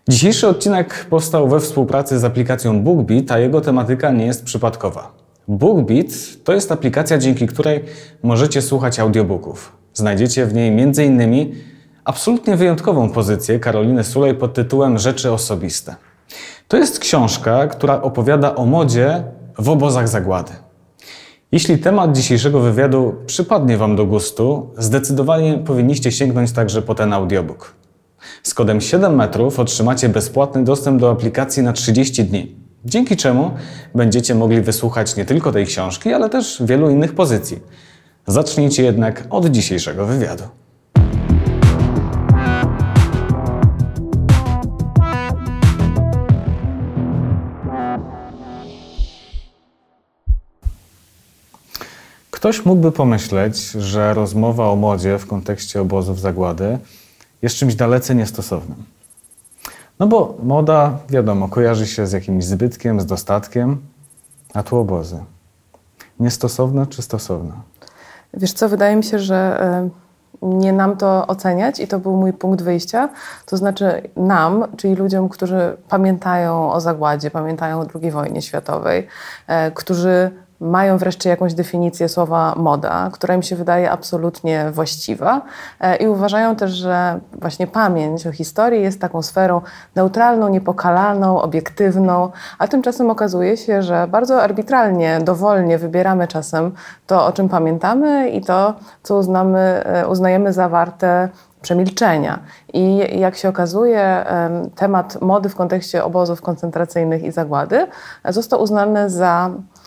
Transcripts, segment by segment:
Dzisiejszy odcinek powstał we współpracy z aplikacją BookBeat, a jego tematyka nie jest przypadkowa. BookBeat to jest aplikacja, dzięki której możecie słuchać audiobooków. Znajdziecie w niej m.in. absolutnie wyjątkową pozycję Karoliny Sulej pod tytułem Rzeczy osobiste. To jest książka, która opowiada o modzie w obozach zagłady. Jeśli temat dzisiejszego wywiadu przypadnie Wam do gustu, zdecydowanie powinniście sięgnąć także po ten audiobook. Z kodem 7 metrów otrzymacie bezpłatny dostęp do aplikacji na 30 dni, dzięki czemu będziecie mogli wysłuchać nie tylko tej książki, ale też wielu innych pozycji. Zacznijcie jednak od dzisiejszego wywiadu. Ktoś mógłby pomyśleć, że rozmowa o modzie w kontekście obozów zagłady jest czymś dalece niestosownym. No bo moda, wiadomo, kojarzy się z jakimś zbytkiem, z dostatkiem, a tu obozy. Niestosowne czy stosowne? Wiesz co, wydaje mi się, że nie nam to oceniać i to był mój punkt wyjścia. To znaczy nam, czyli ludziom, którzy pamiętają o zagładzie, pamiętają o II wojnie światowej, którzy mają wreszcie jakąś definicję słowa moda, która im się wydaje absolutnie właściwa i uważają też, że właśnie pamięć o historii jest taką sferą neutralną, niepokalaną, obiektywną, a tymczasem okazuje się, że bardzo arbitralnie, dowolnie wybieramy czasem to, o czym pamiętamy i to, co uznajemy za warte przemilczenia. I jak się okazuje, temat mody w kontekście obozów koncentracyjnych i zagłady został uznany za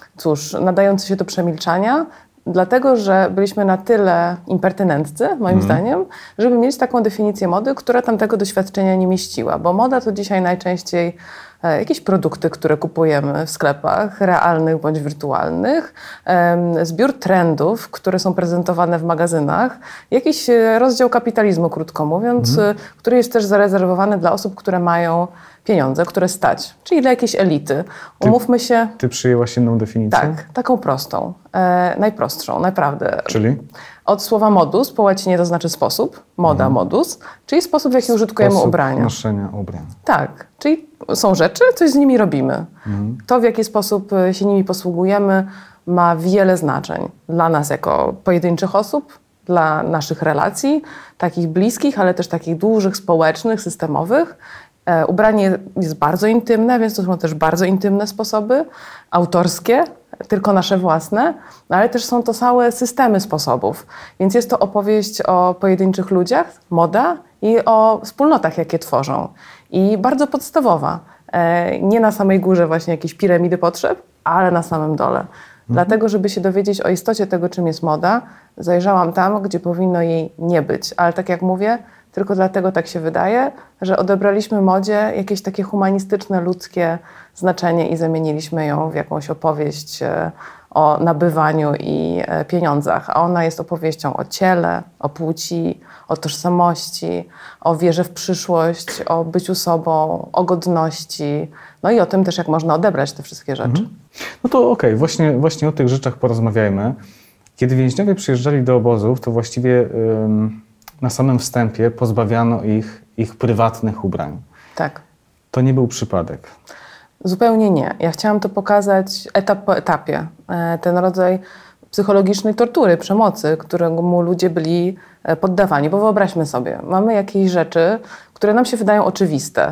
nadający się do przemilczania, dlatego że byliśmy na tyle impertynenccy, moim zdaniem, żeby mieć taką definicję mody, która tamtego doświadczenia nie mieściła. Bo moda to dzisiaj najczęściej jakieś produkty, które kupujemy w sklepach, realnych bądź wirtualnych, zbiór trendów, które są prezentowane w magazynach, jakiś rozdział kapitalizmu, krótko mówiąc, który jest też zarezerwowany dla osób, które mają pieniądze, które stać, czyli dla jakiejś elity. Umówmy się. Ty przyjęłaś inną definicję? Tak, taką prostą, najprostszą, naprawdę. Czyli? Od słowa modus, po łacinie to znaczy sposób, moda, modus, czyli sposób, w jaki użytkujemy ubrania. Noszenia ubrań. Tak, czyli są rzeczy, coś z nimi robimy. To, w jaki sposób się nimi posługujemy, ma wiele znaczeń. Dla nas jako pojedynczych osób, dla naszych relacji, takich bliskich, ale też takich dużych, społecznych, systemowych. Ubranie jest bardzo intymne, więc to są też bardzo intymne sposoby, autorskie, tylko nasze własne, ale też są to całe systemy sposobów. Więc jest to opowieść o pojedynczych ludziach, moda i o wspólnotach, jakie tworzą. I bardzo podstawowa. Nie na samej górze właśnie jakiejś piramidy potrzeb, ale na samym dole. Dlatego, żeby się dowiedzieć o istocie tego, czym jest moda, zajrzałam tam, gdzie powinno jej nie być. Ale tak jak mówię, tylko dlatego tak się wydaje, że odebraliśmy modzie jakieś takie humanistyczne, ludzkie znaczenie i zamieniliśmy ją w jakąś opowieść o nabywaniu i pieniądzach. A ona jest opowieścią o ciele, o płci, o tożsamości, o wierze w przyszłość, o byciu sobą, o godności, no i o tym też, jak można odebrać te wszystkie rzeczy. No to okej, właśnie o tych rzeczach porozmawiajmy. Kiedy więźniowie przyjeżdżali do obozów, to właściwie na samym wstępie pozbawiano ich prywatnych ubrań. Tak. To nie był przypadek. Zupełnie nie. Ja chciałam to pokazać etap po etapie. Ten rodzaj psychologicznej tortury, przemocy, któremu ludzie byli poddawani. Bo wyobraźmy sobie, mamy jakieś rzeczy, które nam się wydają oczywiste.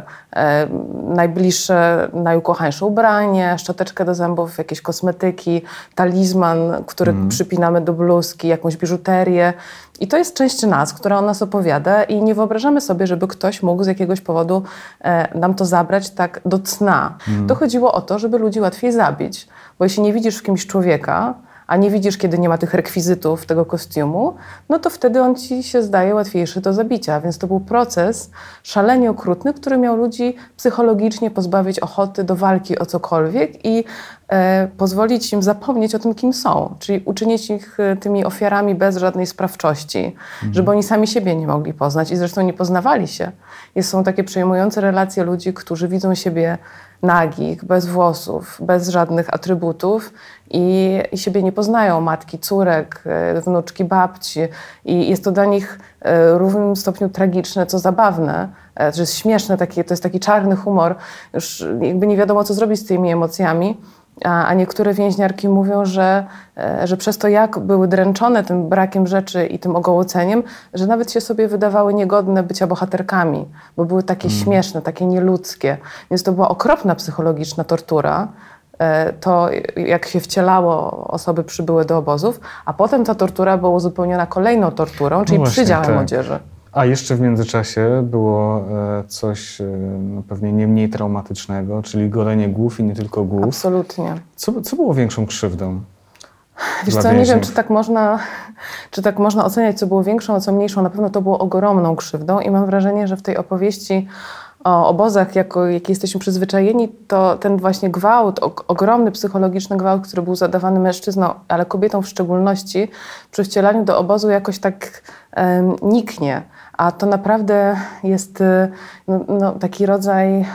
Najbliższe, najukochańsze ubranie, szczoteczkę do zębów, jakieś kosmetyki, talizman, który przypinamy do bluzki, jakąś biżuterię. I to jest część nas, która o nas opowiada i nie wyobrażamy sobie, żeby ktoś mógł z jakiegoś powodu nam to zabrać tak do cna. To chodziło o to, żeby ludzi łatwiej zabić. Bo jeśli nie widzisz w kimś człowieka, a nie widzisz, kiedy nie ma tych rekwizytów tego kostiumu, no to wtedy on ci się zdaje łatwiejszy do zabicia. Więc to był proces szalenie okrutny, który miał ludzi psychologicznie pozbawić ochoty do walki o cokolwiek i pozwolić im zapomnieć o tym, kim są, czyli uczynić ich tymi ofiarami bez żadnej sprawczości, żeby oni sami siebie nie mogli poznać i zresztą nie poznawali się. Są takie przejmujące relacje ludzi, którzy widzą siebie nagich, bez włosów, bez żadnych atrybutów i siebie nie poznają, matki, córek, wnuczki, babci. I jest to dla nich w równym stopniu tragiczne, co zabawne, że jest śmieszne, to jest taki czarny humor, już jakby nie wiadomo, co zrobić z tymi emocjami. A niektóre więźniarki mówią, że przez to, jak były dręczone tym brakiem rzeczy i tym ogołoceniem, że nawet się sobie wydawały niegodne bycia bohaterkami, bo były takie śmieszne, takie nieludzkie. Więc to była okropna psychologiczna tortura. To jak się wcielało, osoby przybyły do obozów, a potem ta tortura była uzupełniona kolejną torturą, czyli przydziałem młodzieży. A jeszcze w międzyczasie było coś pewnie nie mniej traumatycznego, czyli golenie głów i nie tylko głów. Absolutnie. Co było większą krzywdą? Wiesz co, nie wiem, czy tak można oceniać, co było większą, a co mniejszą. Na pewno to było ogromną krzywdą i mam wrażenie, że w tej opowieści o obozach, jaki jesteśmy przyzwyczajeni, to ten właśnie gwałt, ogromny psychologiczny gwałt, który był zadawany mężczyznom, ale kobietom w szczególności, przy wcielaniu do obozu jakoś tak niknie. A to naprawdę jest taki rodzaj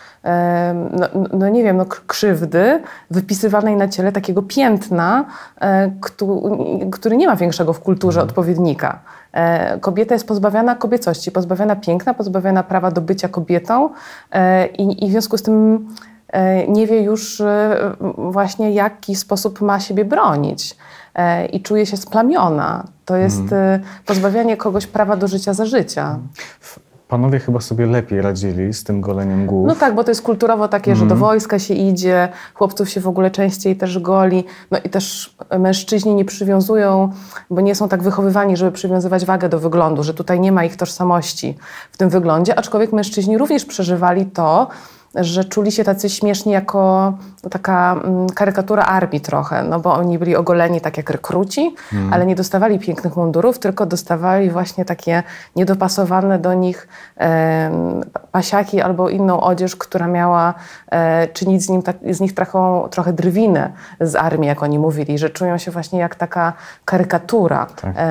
krzywdy wypisywanej na ciele, takiego piętna, który nie ma większego w kulturze odpowiednika. Kobieta jest pozbawiona kobiecości, pozbawiona piękna, pozbawiona prawa do bycia kobietą i w związku z tym nie wie już właśnie, w jaki sposób ma siebie bronić i czuje się splamiona. To jest pozbawianie kogoś prawa do życia za życia. Panowie chyba sobie lepiej radzili z tym goleniem głów. No tak, bo to jest kulturowo takie, że do wojska się idzie, chłopców się w ogóle częściej też goli. No i też mężczyźni nie przywiązują, bo nie są tak wychowywani, żeby przywiązywać wagę do wyglądu, że tutaj nie ma ich tożsamości w tym wyglądzie, aczkolwiek mężczyźni również przeżywali to, że czuli się tacy śmieszni jako taka karykatura armii trochę, no bo oni byli ogoleni tak jak rekruci, ale nie dostawali pięknych mundurów, tylko dostawali właśnie takie niedopasowane do nich pasiaki albo inną odzież, która miała czynić z nich trochę drwinę z armii, jak oni mówili, że czują się właśnie jak taka karykatura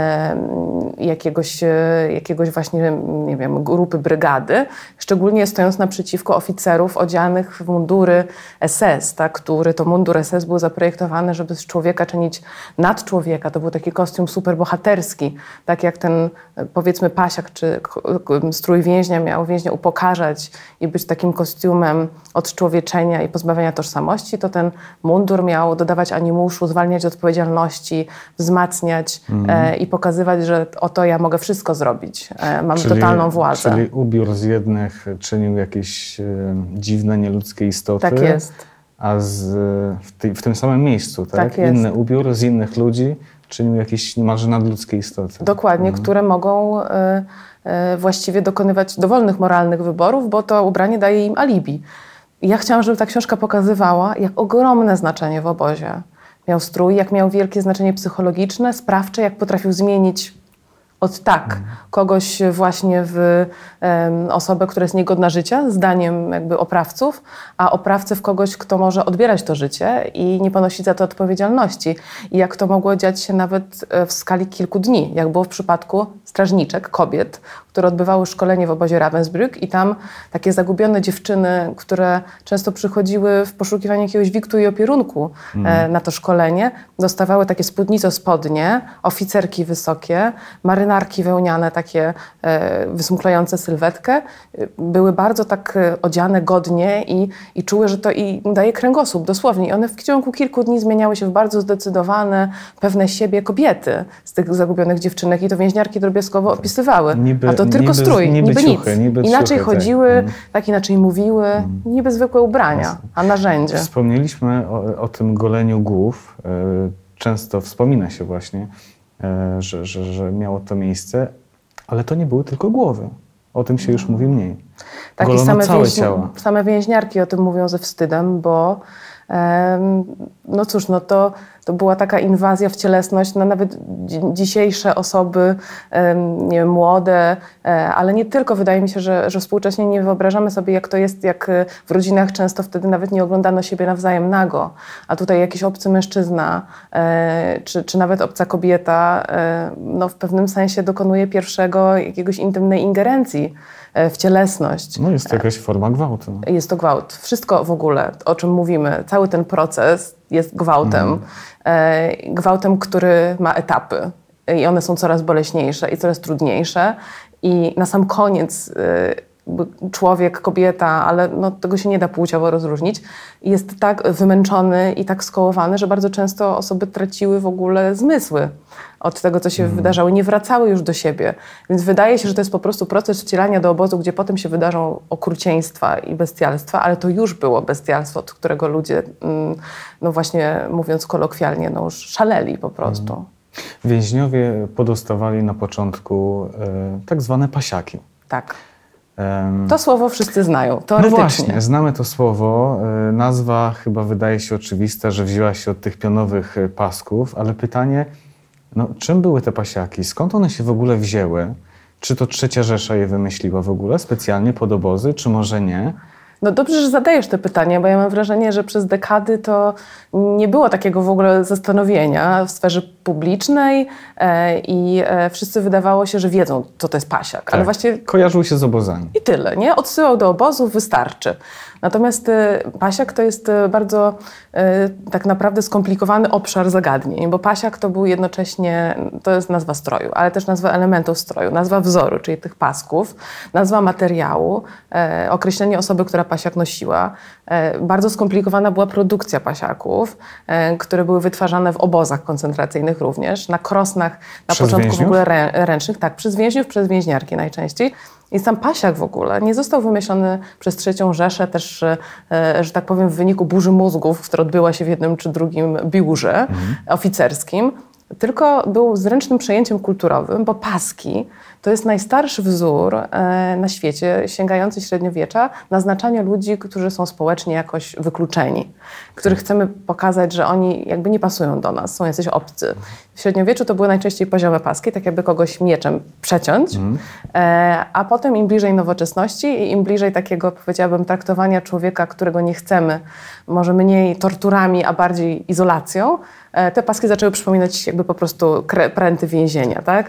jakiegoś właśnie, nie wiem, grupy, brygady, szczególnie stojąc naprzeciwko oficerów odzianych w mundury SS, tak, który to mundur SS był zaprojektowany, żeby z człowieka czynić nadczłowieka. To był taki kostium superbohaterski, tak jak ten, powiedzmy, pasiak czy strój więźnia miał więźnia upokarzać i być takim kostiumem odczłowieczenia i pozbawienia tożsamości, to ten mundur miał dodawać animuszu, zwalniać odpowiedzialności, wzmacniać i pokazywać, że oto ja mogę wszystko zrobić. Mam totalną władzę. Czyli ubiór z jednych czynił jakieś dziwne, nieludzkie istoty. Tak jest. A w tym samym miejscu, tak? Tak jest. Inny ubiór z innych ludzi czynił jakieś niemalże nadludzkie istoty. Dokładnie, które mogą właściwie dokonywać dowolnych moralnych wyborów, bo to ubranie daje im alibi. I ja chciałam, żeby ta książka pokazywała, jak ogromne znaczenie w obozie miał strój, jak miał wielkie znaczenie psychologiczne, sprawcze, jak potrafił zmienić kogoś właśnie w osobę, która jest niegodna życia, zdaniem jakby oprawców, a oprawcę w kogoś, kto może odbierać to życie i nie ponosić za to odpowiedzialności. I jak to mogło dziać się nawet w skali kilku dni, jak było w przypadku strażniczek, kobiet, które odbywały szkolenie w obozie Ravensbrück i tam takie zagubione dziewczyny, które często przychodziły w poszukiwaniu jakiegoś wiktu i opierunku na to szkolenie, dostawały takie spodnie, oficerki wysokie, marynarki wełniane, takie wysmuklające sylwetkę. Były bardzo tak odziane godnie i czuły, że to im daje kręgosłup, dosłownie. I one w ciągu kilku dni zmieniały się w bardzo zdecydowane, pewne siebie kobiety z tych zagubionych dziewczynek i to więźniarki drobiazgowo opisywały. A to tylko strój, niby ciuchy, nic. Inaczej chodziły, tak inaczej mówiły, niby zwykłe ubrania, a narzędzie. Wspomnieliśmy o tym goleniu głów. Często wspomina się właśnie, że miało to miejsce, ale to nie były tylko głowy. O tym się już mówi mniej. Tak, golono całe ciała. Same więźniarki o tym mówią ze wstydem, bo No cóż, no to była taka inwazja w cielesność, no nawet dzisiejsze osoby, nie wiem, młode, ale nie tylko. Wydaje mi się, że współcześnie nie wyobrażamy sobie, jak to jest, jak w rodzinach często wtedy nawet nie oglądano siebie nawzajem nago, a tutaj jakiś obcy mężczyzna, czy nawet obca kobieta, no w pewnym sensie dokonuje pierwszego jakiegoś intymnej ingerencji w cielesność. No jest to jakaś forma gwałtu. Jest to gwałt. Wszystko w ogóle, o czym mówimy, cały ten proces jest gwałtem. Gwałtem, który ma etapy i one są coraz boleśniejsze i coraz trudniejsze i na sam koniec człowiek, kobieta, ale no, tego się nie da płciowo rozróżnić, jest tak wymęczony i tak skołowany, że bardzo często osoby traciły w ogóle zmysły od tego, co się wydarzało, nie wracały już do siebie. Więc wydaje się, że to jest po prostu proces wcielania do obozu, gdzie potem się wydarzą okrucieństwa i bestialstwa, ale to już było bestialstwo, od którego ludzie, no właśnie mówiąc kolokwialnie, no już szaleli po prostu. Więźniowie podostawali na początku tak zwane pasiaki. Tak. To słowo wszyscy znają, teoretycznie. No właśnie, znamy to słowo. Nazwa chyba wydaje się oczywista, że wzięła się od tych pionowych pasków, ale pytanie, no, czym były te pasiaki? Skąd one się w ogóle wzięły? Czy to Trzecia Rzesza je wymyśliła w ogóle specjalnie pod obozy, czy może nie? No dobrze, że zadajesz te pytania, bo ja mam wrażenie, że przez dekady to nie było takiego w ogóle zastanowienia w sferze publicznej i wszyscy wydawało się, że wiedzą, co to jest pasiak. Tak, ale właśnie kojarzył się z obozami. i tyle, nie? Odsyłał do obozów, wystarczy. Natomiast pasiak to jest bardzo tak naprawdę skomplikowany obszar zagadnień, bo pasiak to był jednocześnie, to jest nazwa stroju, ale też nazwa elementów stroju, nazwa wzoru, czyli tych pasków, nazwa materiału, określenie osoby, która pasiak nosiła. Bardzo skomplikowana była produkcja pasiaków, które były wytwarzane w obozach koncentracyjnych również, na krosnach, na Przez początku więźniów? w ogóle ręcznych, tak, przez więźniów, przez więźniarki najczęściej. I sam pasiak w ogóle nie został wymyślony przez III Rzeszę też, że tak powiem, w wyniku burzy mózgów, która odbyła się w jednym czy drugim biurze oficerskim, tylko był zręcznym przejęciem kulturowym, bo paski to jest najstarszy wzór na świecie, sięgający średniowiecza, naznaczania ludzi, którzy są społecznie jakoś wykluczeni, których chcemy pokazać, że oni jakby nie pasują do nas, są jacyś obcy. W średniowieczu to były najczęściej poziome paski, tak jakby kogoś mieczem przeciąć, a potem im bliżej nowoczesności i im bliżej takiego, powiedziałabym, traktowania człowieka, którego nie chcemy, może mniej torturami, a bardziej izolacją, te paski zaczęły przypominać jakby po prostu pręty więzienia, tak?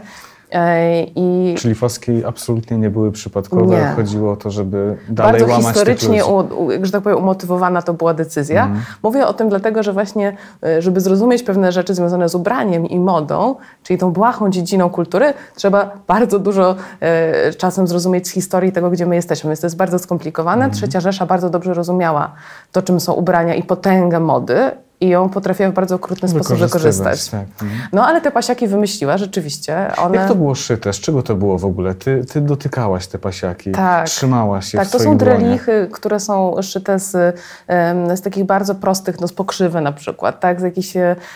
Czyli paski absolutnie nie były przypadkowe, Nie. chodziło o to, żeby dalej bardzo łamać historycznie, tych ludzi. że tak powiem, umotywowana to była decyzja. Mówię o tym dlatego, że właśnie, żeby zrozumieć pewne rzeczy związane z ubraniem i modą, czyli tą błahą dziedziną kultury, trzeba bardzo dużo czasem zrozumieć z historii tego, gdzie my jesteśmy. Więc to jest bardzo skomplikowane. Trzecia Rzesza bardzo dobrze rozumiała to, czym są ubrania i potęgę mody, i ją potrafiła w bardzo okrutny sposób wykorzystać. Tak. No ale te pasiaki wymyśliła rzeczywiście. One... Jak to było szyte? Z czego to było w ogóle? Ty dotykałaś te pasiaki, tak. Trzymałaś je tak, w to swoich są dłoniach. drelichy, które są szyte z takich bardzo prostych, no z pokrzywy na przykład, tak, z jakichś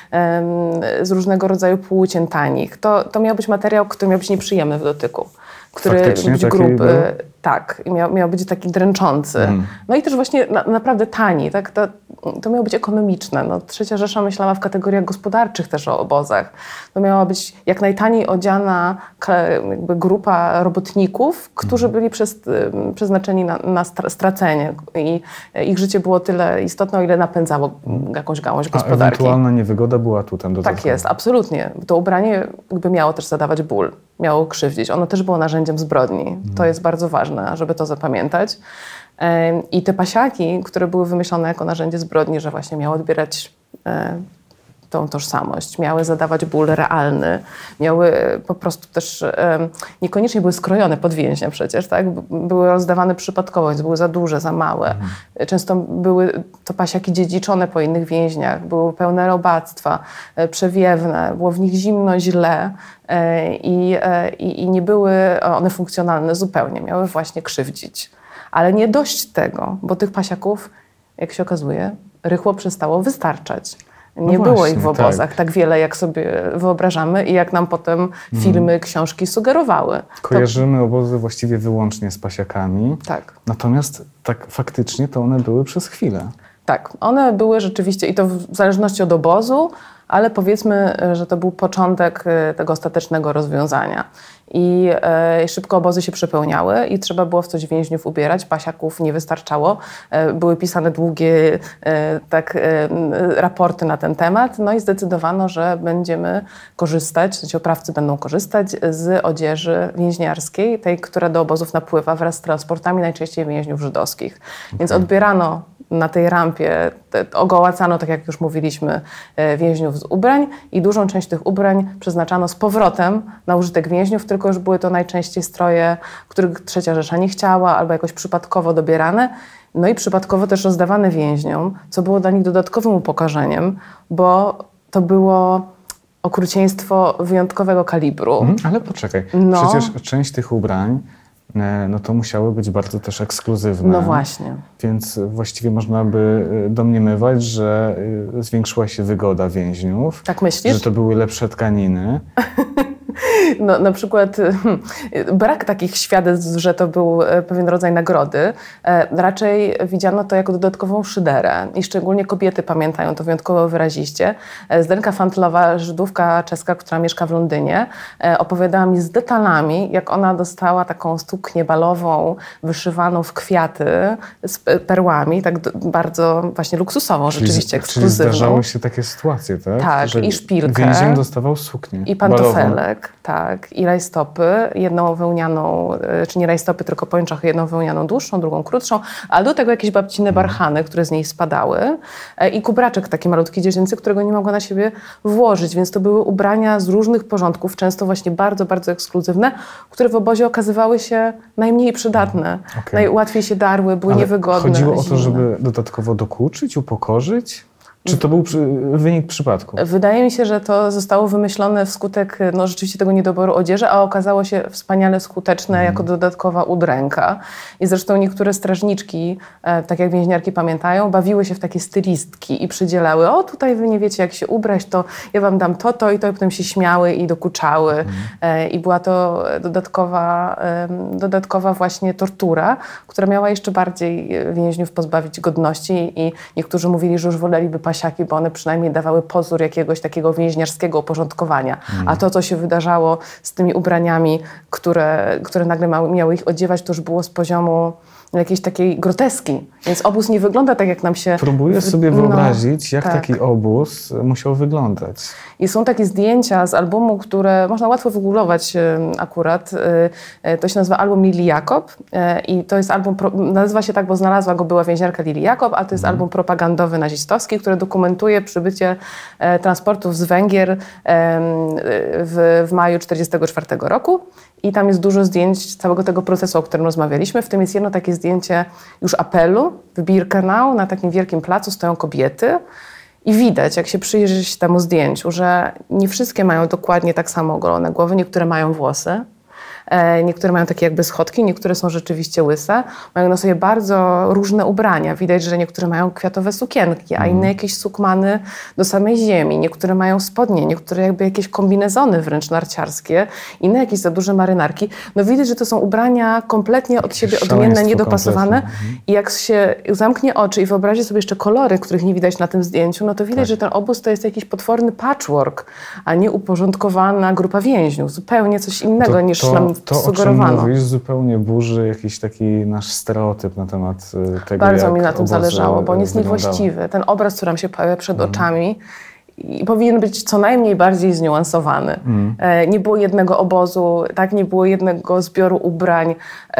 z różnego rodzaju płócien tanich. To miał być materiał, który miał być nieprzyjemny w dotyku, który Faktycznie miał być taki gruby. był? Tak, i miał być taki dręczący. No i też właśnie naprawdę tani, tak? To miało być ekonomiczne. No, Trzecia Rzesza myślała w kategoriach gospodarczych też o obozach. To miała być jak najtaniej odziana jakby grupa robotników, którzy byli przeznaczeni na stracenie i ich życie było tyle istotne, o ile napędzało jakąś gałąź gospodarki. A ewentualna niewygoda była tu tam dodatkowo. Tak jest, absolutnie. To ubranie jakby miało też zadawać ból, miało krzywdzić. Ono też było narzędziem zbrodni. To jest bardzo ważne, żeby to zapamiętać. I te pasiaki, które były wymyślone jako narzędzie zbrodni, że właśnie miały odbierać tą tożsamość, miały zadawać ból realny, miały po prostu też, niekoniecznie były skrojone pod więźnia przecież, tak? Były rozdawane przypadkowo, więc były za duże, za małe. Często były to pasiaki dziedziczone po innych więźniach, były pełne robactwa, przewiewne, było w nich zimno, źle i nie były one funkcjonalne zupełnie, miały właśnie krzywdzić. Ale nie dość tego, bo tych pasiaków, jak się okazuje, rychło przestało wystarczać. Nie No było właśnie, ich w obozach tak wiele, jak sobie wyobrażamy i jak nam potem filmy, książki sugerowały. Kojarzymy obozy właściwie wyłącznie z pasiakami. Tak. Natomiast tak faktycznie to one były przez chwilę. Tak, one były rzeczywiście i to w zależności od obozu, ale powiedzmy, że to był początek tego ostatecznego rozwiązania. I szybko obozy się przepełniały i trzeba było w coś więźniów ubierać, pasiaków nie wystarczało. Były pisane długie raporty na ten temat, no i zdecydowano, że będziemy korzystać, w sensie oprawcy będą korzystać z odzieży więźniarskiej, tej, która do obozów napływa wraz z transportami, najczęściej więźniów żydowskich. Więc odbierano na tej rampie, ogołacano, tak jak już mówiliśmy, więźniów z ubrań i dużą część tych ubrań przeznaczano z powrotem na użytek więźniów, tylko już były to najczęściej stroje, których III Rzesza nie chciała albo jakoś przypadkowo dobierane, no i przypadkowo też rozdawane więźniom, co było dla nich dodatkowym upokorzeniem, bo to było okrucieństwo wyjątkowego kalibru. Ale poczekaj, przecież część tych ubrań no to musiały być bardzo też ekskluzywne. No właśnie. Więc właściwie można by domniemywać, że zwiększyła się wygoda więźniów. Tak myślisz? Że to były lepsze tkaniny. No, na przykład brak takich świadectw, że to był pewien rodzaj nagrody. Raczej widziano to jako dodatkową szyderę i szczególnie kobiety pamiętają to wyjątkowo wyraziście. Zdenka Fantlowa, Żydówka czeska, która mieszka w Londynie, opowiadała mi z detalami, jak ona dostała taką suknię balową, wyszywaną w kwiaty z perłami, tak bardzo właśnie luksusową, rzeczywiście ekskluzywną. Czyli zdarzały się takie sytuacje, tak? Tak, że i szpilkę. Więzień dostawał suknię i pantofelek, tak, i rajstopy, jedną wełnianą, czy nie rajstopy, tylko pończochy, jedną wełnianą dłuższą, drugą krótszą, ale do tego jakieś babcine barchany, które z niej spadały i kubraczek taki malutki dziecięcy, którego nie mogła na siebie włożyć, więc to były ubrania z różnych porządków, często właśnie bardzo, bardzo ekskluzywne, które w obozie okazywały się najmniej przydatne, najłatwiej się darły, były niewygodne. Chodziło o to, żeby dodatkowo dokuczyć, upokorzyć? Czy to był wynik przypadku? Wydaje mi się, że to zostało wymyślone wskutek rzeczywiście tego niedoboru odzieży, a okazało się wspaniale skuteczne jako dodatkowa udręka. I zresztą niektóre strażniczki, tak jak więźniarki pamiętają, bawiły się w takie stylistki i przydzielały, o tutaj wy nie wiecie jak się ubrać, to ja wam dam to i to, i potem się śmiały i dokuczały. I była to dodatkowa właśnie tortura, która miała jeszcze bardziej więźniów pozbawić godności i niektórzy mówili, że już woleliby pasiaki, bo one przynajmniej dawały pozór jakiegoś takiego więźniarskiego uporządkowania. A to, co się wydarzało z tymi ubraniami, które nagle miały ich odziewać, to już było z poziomu jakiejś takiej groteski. Więc obóz nie wygląda tak, jak nam się... Próbuję sobie wyobrazić, jak taki obóz musiał wyglądać. I są takie zdjęcia z albumu, które można łatwo wygooglować akurat. To się nazywa album Lili Jakob i to jest album, nazywa się tak, bo znalazła go była więźniarka Lili Jakob, a to jest album propagandowy nazistowski, który dokumentuje przybycie transportów z Węgier w maju 1944 roku. I tam jest dużo zdjęć całego tego procesu, o którym rozmawialiśmy. W tym jest jedno takie zdjęcie już apelu w Birkenau. Na takim wielkim placu stoją kobiety. I widać, jak się przyjrzy się temu zdjęciu, że nie wszystkie mają dokładnie tak samo ogolone głowy. Niektóre mają włosy. Niektóre mają takie jakby schodki, niektóre są rzeczywiście łyse. Mają na sobie bardzo różne ubrania. Widać, że niektóre mają kwiatowe sukienki, a inne jakieś sukmany do samej ziemi. Niektóre mają spodnie, niektóre jakby jakieś kombinezony wręcz narciarskie, inne jakieś za duże marynarki. No widać, że to są ubrania kompletnie od siebie odmienne, niedopasowane. I jak się zamknie oczy i wyobrazi sobie jeszcze kolory, których nie widać na tym zdjęciu, no to widać, że ten obóz to jest jakiś potworny patchwork, a nie uporządkowana grupa więźniów. Zupełnie coś innego niż nam sugerowano. To, o czym mówisz, zupełnie burzy jakiś taki nasz stereotyp na temat tego, bardzo mi na tym zależało, bo on jest niewłaściwy. Ten obraz, który nam się pojawia przed oczami i powinien być co najmniej bardziej zniuansowany. Nie było jednego obozu, tak, nie było jednego zbioru ubrań.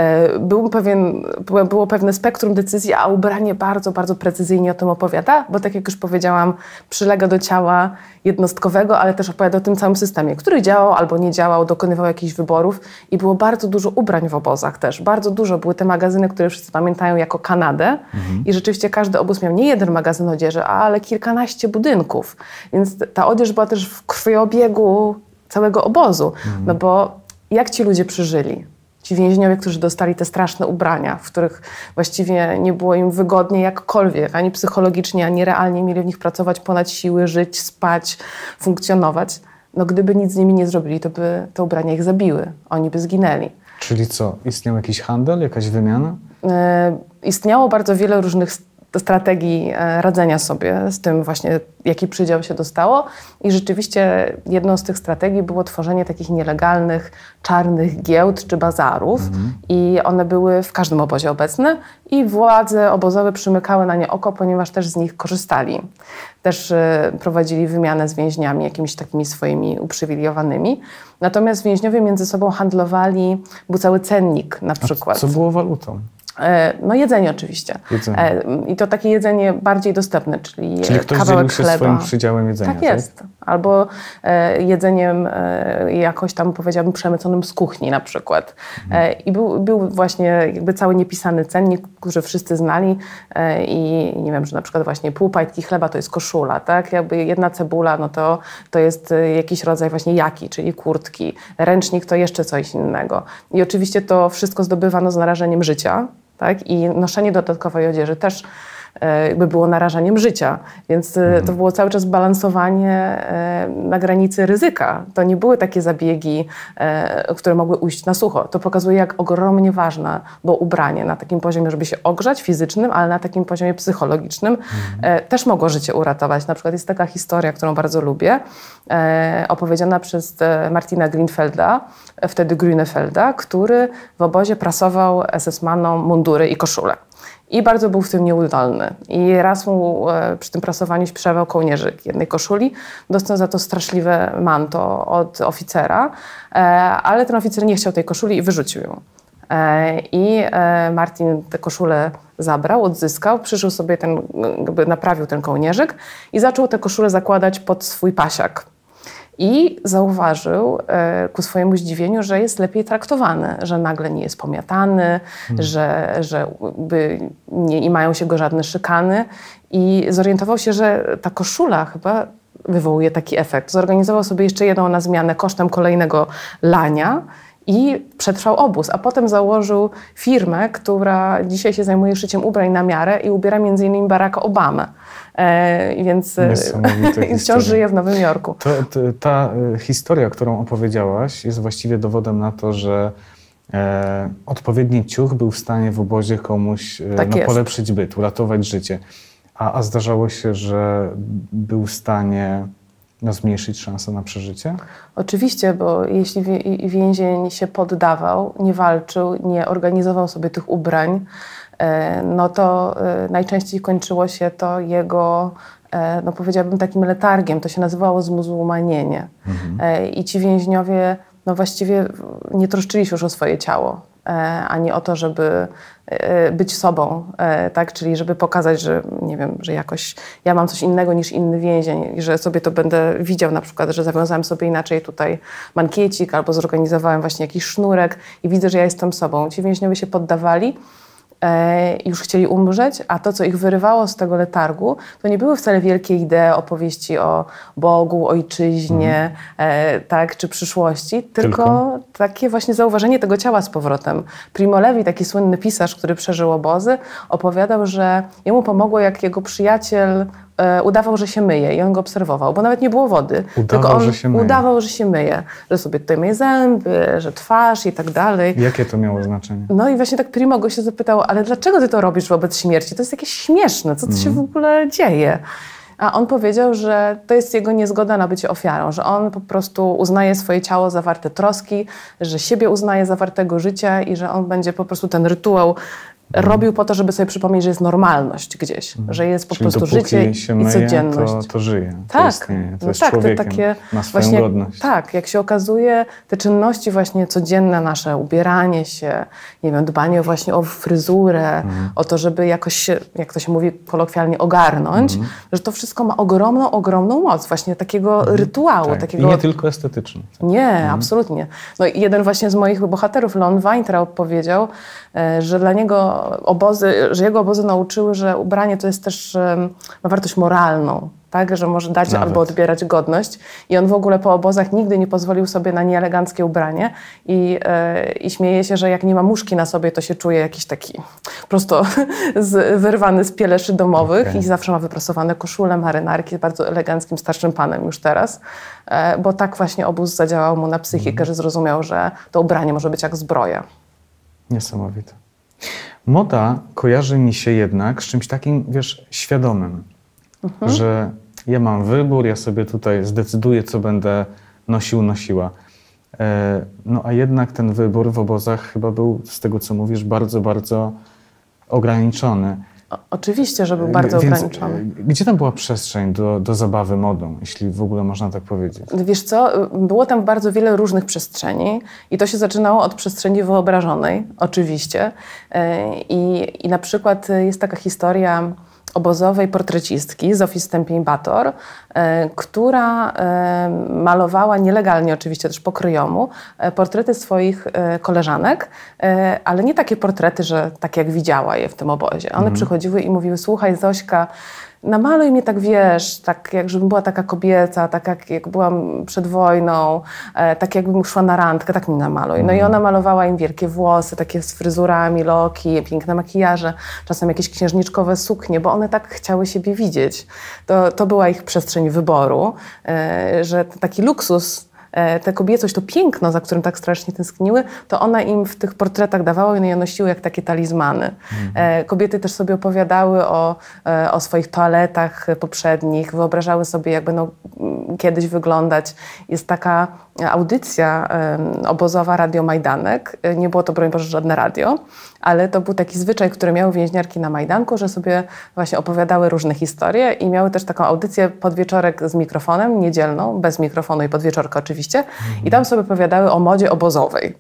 Było pewne spektrum decyzji, a ubranie bardzo, bardzo precyzyjnie o tym opowiada, bo tak jak już powiedziałam, przylega do ciała jednostkowego, ale też opowiada o tym całym systemie, który działał albo nie działał, dokonywał jakichś wyborów i było bardzo dużo ubrań w obozach też. Bardzo dużo. Były te magazyny, które wszyscy pamiętają jako Kanadę i rzeczywiście każdy obóz miał nie jeden magazyn odzieży, ale kilkanaście budynków. Więc ta odzież była też w krwiobiegu całego obozu. No bo jak ci ludzie przeżyli? Ci więźniowie, którzy dostali te straszne ubrania, w których właściwie nie było im wygodnie jakkolwiek, ani psychologicznie, ani realnie mieli w nich pracować ponad siły, żyć, spać, funkcjonować. No gdyby nic z nimi nie zrobili, to by te ubrania ich zabiły. Oni by zginęli. Czyli co? Istniał jakiś handel, jakaś wymiana? Istniało bardzo wiele różnych strategii radzenia sobie z tym właśnie, jaki przydział się dostało. I rzeczywiście jedną z tych strategii było tworzenie takich nielegalnych, czarnych giełd czy bazarów. I one były w każdym obozie obecne i władze obozowe przymykały na nie oko, ponieważ też z nich korzystali. Też prowadzili wymianę z więźniami, jakimiś takimi swoimi uprzywilejowanymi. Natomiast więźniowie między sobą handlowali, był cały cennik na przykład. Co było walutą? No jedzenie oczywiście. Jedzenie. I to takie jedzenie bardziej dostępne, czyli ktoś kawałek dzielił się chleba. swoim przydziałem jedzenia, Tak jest. Albo jedzeniem jakoś tam, powiedziałabym, przemyconym z kuchni na przykład. I był właśnie jakby cały niepisany cennik, który wszyscy znali i nie wiem, że na przykład właśnie pół pajtki chleba to jest koszula, tak? Jakby jedna cebula, no to jest jakiś rodzaj właśnie jaki, czyli kurtki. Ręcznik to jeszcze coś innego. I oczywiście to wszystko zdobywano z narażeniem życia. Tak? I noszenie dodatkowej odzieży też jakby było narażaniem życia, więc to było cały czas balansowanie na granicy ryzyka. To nie były takie zabiegi, które mogły ujść na sucho. To pokazuje, jak ogromnie ważne było ubranie na takim poziomie, żeby się ogrzać fizycznym, ale na takim poziomie psychologicznym też mogło życie uratować. Na przykład jest taka historia, którą bardzo lubię, opowiedziana przez Martina Grünfelda, wtedy Grünefelda, który w obozie prasował SS-manom mundury i koszule. I bardzo był w tym nieudolny. I raz mu przy tym prasowaniu przerwał kołnierzyk jednej koszuli. Dostał za to straszliwe manto od oficera, ale ten oficer nie chciał tej koszuli i wyrzucił ją. I Martin tę koszulę zabrał, odzyskał, przyszył sobie naprawił ten kołnierzyk i zaczął tę koszulę zakładać pod swój pasiak. I zauważył ku swojemu zdziwieniu, że jest lepiej traktowany, że nagle nie jest pomiatany, że nie mają się go żadne szykany. I zorientował się, że ta koszula chyba wywołuje taki efekt. Zorganizował sobie jeszcze jedną na zmianę kosztem kolejnego lania i przetrwał obóz, a potem założył firmę, która dzisiaj się zajmuje szyciem ubrań na miarę i ubiera m.in. Baracka Obamę. Więc wciąż żyje w Nowym Jorku. Ta historia, którą opowiedziałaś, jest właściwie dowodem na to, że odpowiedni ciuch był w stanie w obozie komuś polepszyć byt, uratować życie. A zdarzało się, że był w stanie zmniejszyć szanse na przeżycie? Oczywiście, bo jeśli więzień się poddawał, nie walczył, nie organizował sobie tych ubrań, no to najczęściej kończyło się to jego, no powiedziałabym, takim letargiem. To się nazywało zmuzułmanienie. I ci więźniowie no właściwie nie troszczyli się już o swoje ciało, ani o to, żeby być sobą, tak? Czyli żeby pokazać, że nie wiem, że jakoś ja mam coś innego niż inny więzień i że sobie to będę widział na przykład, że zawiązałem sobie inaczej tutaj mankiecik albo zorganizowałem właśnie jakiś sznurek i widzę, że ja jestem sobą. Ci więźniowie się poddawali, już chcieli umrzeć, a to, co ich wyrywało z tego letargu, to nie były wcale wielkie idee, opowieści o Bogu, ojczyźnie, tak, czy przyszłości, tylko takie właśnie zauważenie tego ciała z powrotem. Primo Levi, taki słynny pisarz, który przeżył obozy, opowiadał, że jemu pomogło, jak jego przyjaciel udawał, że się myje i on go obserwował, bo nawet nie było wody. Tylko on udawał, że się myje, że sobie tutaj myje zęby, że twarz i tak dalej. Jakie to miało znaczenie? No i właśnie tak Primo go się zapytał, ale dlaczego ty to robisz wobec śmierci? To jest jakieś śmieszne, co to się w ogóle dzieje? A on powiedział, że to jest jego niezgoda na bycie ofiarą, że on po prostu uznaje swoje ciało za warte troski, że siebie uznaje za wartego życia i że on będzie po prostu ten rytuał robił po to, żeby sobie przypomnieć, że jest normalność gdzieś, że jest po prostu życie i codzienność. To żyje, tak, to istnieje, to jest tak, człowiekiem, takie ma swoją właśnie, godność. Tak, jak się okazuje, te czynności właśnie codzienne nasze, ubieranie się, nie wiem, dbanie właśnie o fryzurę, o to, żeby jakoś się, jak to się mówi kolokwialnie, ogarnąć, że to wszystko ma ogromną, ogromną moc właśnie takiego rytuału. Tak. Takiego... I nie tylko estetyczny. Nie, absolutnie. No i jeden właśnie z moich bohaterów, Leon Weintraub, powiedział, że dla niego że jego obozy nauczyły, że ubranie to jest też, ma wartość moralną, tak? Że może dać albo odbierać godność. I on w ogóle po obozach nigdy nie pozwolił sobie na nieeleganckie ubranie i śmieje się, że jak nie ma muszki na sobie, to się czuje jakiś taki prosto wyrwany z pieleszy domowych i zawsze ma wyprasowane koszule, marynarki, jest bardzo eleganckim, starszym panem już teraz, bo tak właśnie obóz zadziałał mu na psychikę, że zrozumiał, że to ubranie może być jak zbroja. Niesamowite. Moda kojarzy mi się jednak z czymś takim, wiesz, świadomym, że ja mam wybór, ja sobie tutaj zdecyduję, co będę nosił, nosiła. No a jednak ten wybór w obozach chyba był, z tego co mówisz, bardzo, bardzo ograniczony. Oczywiście, że był bardzo ograniczony. Gdzie tam była przestrzeń do zabawy modą, jeśli w ogóle można tak powiedzieć? Wiesz co, było tam bardzo wiele różnych przestrzeni i to się zaczynało od przestrzeni wyobrażonej, oczywiście. I na przykład jest taka historia obozowej portrecistki Zofii Stępień-Bator, która malowała nielegalnie, oczywiście też po kryjomu, portrety swoich koleżanek, ale nie takie portrety, że tak jak widziała je w tym obozie. One przychodziły i mówiły: słuchaj Zośka, namaluj mnie tak, wiesz, tak jak żebym była taka kobieca, tak jak byłam przed wojną, tak jakbym szła na randkę, tak mi namaluj. No i ona malowała im wielkie włosy, takie z fryzurami, loki, piękne makijaże, czasem jakieś księżniczkowe suknie, bo one tak chciały siebie widzieć. To była ich przestrzeń wyboru, że taki luksus, tę kobiecość, to piękno, za którym tak strasznie tęskniły, to ona im w tych portretach dawała i one je nosiły jak takie talizmany. Kobiety też sobie opowiadały o swoich toaletach poprzednich, wyobrażały sobie, jak będą kiedyś wyglądać. Jest taka audycja obozowa Radio Majdanek. Nie było to, broń Boże, żadne radio, ale to był taki zwyczaj, który miały więźniarki na Majdanku, że sobie właśnie opowiadały różne historie i miały też taką audycję podwieczorek z mikrofonem, niedzielną, bez mikrofonu i podwieczorka oczywiście. I tam sobie opowiadały o modzie obozowej.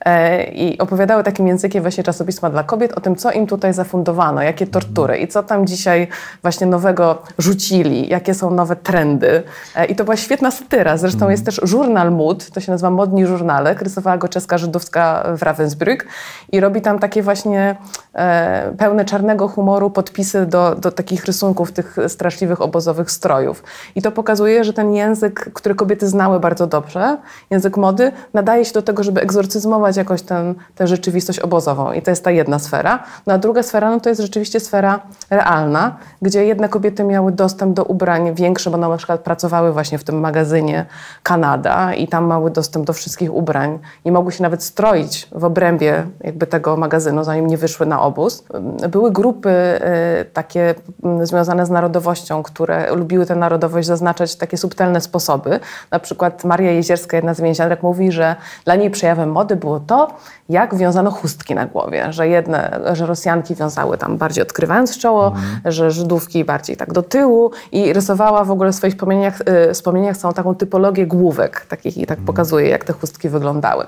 I opowiadały takim językiem właśnie czasopisma dla kobiet o tym, co im tutaj zafundowano, jakie tortury i co tam dzisiaj właśnie nowego rzucili, jakie są nowe trendy. I to była świetna satyra. Zresztą jest też żurnal mód, to się nazywa Modni Żurnalek. Rysowała go czeska żydówska w Ravensbrück i robi tam takie właśnie pełne czarnego humoru podpisy do takich rysunków tych straszliwych obozowych strojów. I to pokazuje, że ten język, który kobiety znały bardzo dobrze, język mody, nadaje się do tego, żeby egzorcyzmować jakoś tę rzeczywistość obozową. I to jest ta jedna sfera. No a druga sfera, no to jest rzeczywiście sfera realna, gdzie jedne kobiety miały dostęp do ubrań większy, bo na przykład pracowały właśnie w tym magazynie Kanada i tam miały dostęp do wszystkich ubrań i mogły się nawet stroić w obrębie jakby tego magazynu, zanim nie wyszły na obóz. Były grupy takie związane z narodowością, które lubiły tę narodowość zaznaczać w takie subtelne sposoby. Na przykład Maria Jezierska, jedna z więźniarek, mówi, że dla niej przejawem mody było to, jak wiązano chustki na głowie, że Rosjanki wiązały tam bardziej odkrywając czoło, że Żydówki bardziej tak do tyłu i rysowała w ogóle w swoich wspomnieniach całą taką typologię główek takich i tak pokazuje, jak te chustki wyglądały.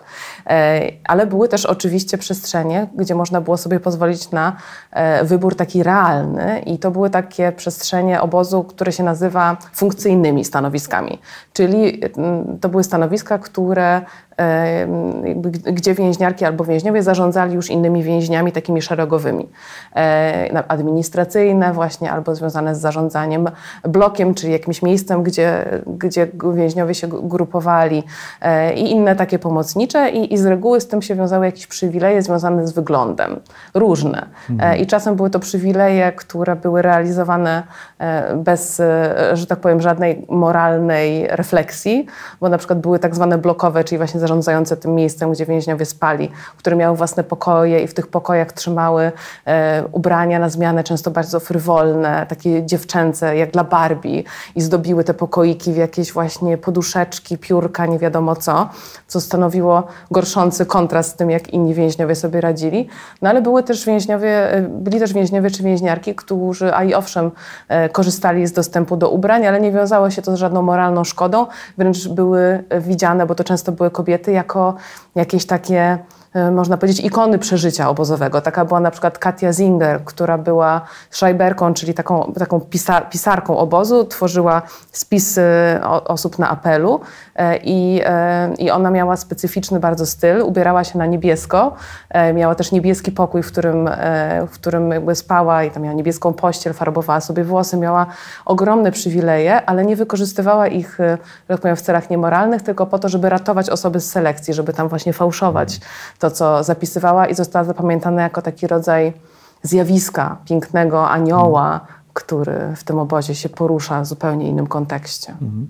Ale były też oczywiście przestrzenie, gdzie można było sobie pozwolić na wybór taki realny i to były takie przestrzenie obozu, które się nazywa funkcyjnymi stanowiskami. Czyli to były stanowiska, gdzie więźniarki albo więźniowie zarządzali już innymi więźniami takimi szeregowymi. Administracyjne właśnie, albo związane z zarządzaniem blokiem, czyli jakimś miejscem, gdzie więźniowie się grupowali i inne takie pomocnicze i z reguły z tym się wiązały jakieś przywileje związane z wyglądem. Różne. I czasem były to przywileje, które były realizowane bez, że tak powiem, żadnej moralnej refleksji, bo na przykład były tak zwane blokowe, czyli właśnie zarządzające tym miejscem, gdzie więźniowie spali, które miały własne pokoje i w tych pokojach trzymały ubrania na zmianę, często bardzo frywolne, takie dziewczęce, jak dla Barbie i zdobiły te pokoiki w jakieś właśnie poduszeczki, piórka, nie wiadomo co stanowiło gorszący kontrast z tym, jak inni więźniowie sobie radzili. No ale byli też więźniowie czy więźniarki, którzy, a i owszem, korzystali z dostępu do ubrań, ale nie wiązało się to z żadną moralną szkodą, wręcz były widziane, bo to często były kobiety, jako jakieś takie, można powiedzieć, ikony przeżycia obozowego. Taka była na przykład Katia Zinger, która była szrajberką, czyli taką pisarką obozu, tworzyła spisy osób na apelu i ona miała specyficzny bardzo styl, ubierała się na niebiesko, miała też niebieski pokój, w którym jakby spała i tam miała niebieską pościel, farbowała sobie włosy, miała ogromne przywileje, ale nie wykorzystywała ich, że tak powiem, w celach niemoralnych, tylko po to, żeby ratować osoby z selekcji, żeby tam właśnie fałszować to, co zapisywała i została zapamiętana jako taki rodzaj zjawiska pięknego anioła, który w tym obozie się porusza w zupełnie innym kontekście.